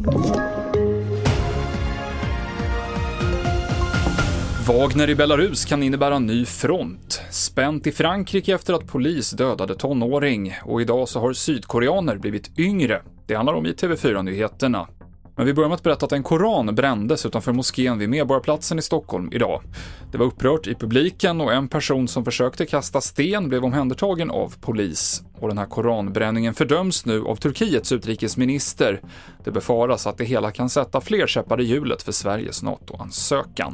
Wagner i Belarus kan innebära en ny front. Spänt i Frankrike efter att polis dödade tonåring. Och idag så har sydkoreaner blivit yngre. Det handlar om i TV4-nyheterna. Men vi börjar med att berätta att en koran brändes utanför moskén vid Medborgarplatsen i Stockholm idag. Det var upprört i publiken och en person som försökte kasta sten blev omhändertagen av polis. Och den här koranbränningen fördöms nu av Turkiets utrikesminister. Det befaras att det hela kan sätta fler käppar i hjulet för Sveriges NATO-ansökan.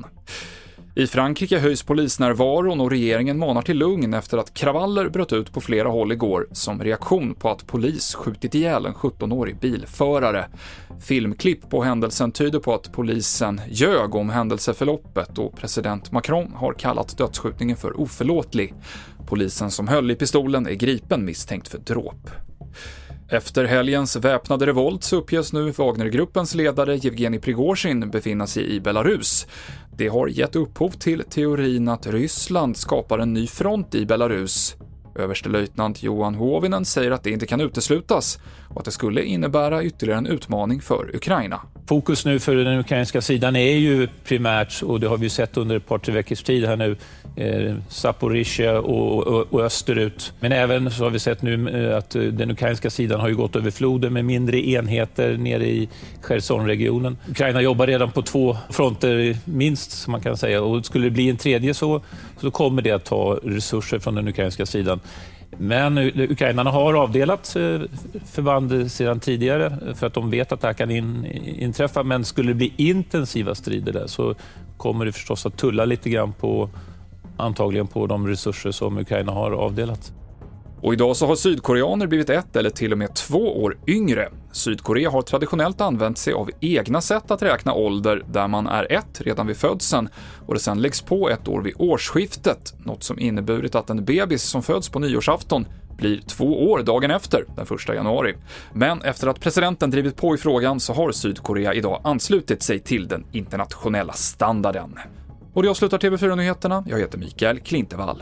I Frankrike höjs polisnärvaron och regeringen manar till lugn efter att kravaller bröt ut på flera håll igår som reaktion på att polis skjutit ihjäl en 17-årig bilförare. Filmklipp på händelsen tyder på att polisen ljög om händelseförloppet och president Macron har kallat dödsskjutningen för oförlåtlig. Polisen som höll i pistolen är gripen misstänkt för dråp. Efter helgens väpnade revolt så uppges nu Wagnergruppens ledare Yevgeni Prigozhin befinna sig i Belarus. Det har gett upphov till teorin att Ryssland skapar en ny front i Belarus. Överstelöjtnant Johan Hovinen säger att det inte kan uteslutas och att det skulle innebära ytterligare en utmaning för Ukraina. Fokus nu för den ukrainska sidan är ju primärt, och det har vi sett under ett par tre veckors tid här nu, Zaporizjzja och österut. Men även så har vi sett nu att den ukrainska sidan har ju gått över floden med mindre enheter nere i Cherson-regionen. Ukraina jobbar redan på 2 fronter minst, som man kan säga, och skulle det bli en tredje så kommer det att ta resurser från den ukrainska sidan. Men ukrainarna har avdelat förband sedan tidigare för att de vet att det här kan inträffa. Men skulle det bli intensiva strider där så kommer det förstås att tulla lite grann antagligen på de resurser som Ukraina har avdelat. Och idag så har sydkoreaner blivit 1 eller till och med 2 år yngre. Sydkorea har traditionellt använt sig av egna sätt att räkna ålder där man är 1 redan vid födseln och det sen läggs på 1 år vid årsskiftet. Något som inneburit att en bebis som föds på nyårsafton blir 2 år dagen efter, den 1 januari. Men efter att presidenten drivit på i frågan så har Sydkorea idag anslutit sig till den internationella standarden. Och det avslutar TV4-nyheterna. Jag heter Mikael Klintevall.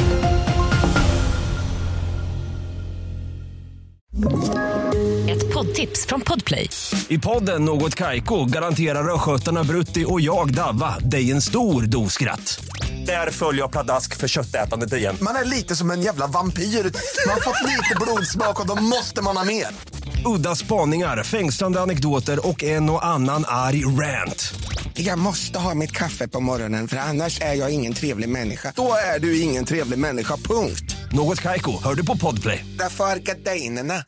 Ett poddtips från Podplay. I podden Något Kaiko garanterar röskötarna Brutti och jag Davva dig en stor doskratt. Där följer jag pladask för köttätandet igen. Man är lite som en jävla vampyr. Man har fått lite blodsmak och då måste man ha mer. Udda spaningar, fängslande anekdoter och en och annan arg rant. Jag måste ha mitt kaffe på morgonen för annars är jag ingen trevlig människa. Då är du ingen trevlig människa, punkt. Något Kaiko, hör du på Podplay. Därför är gardinerna.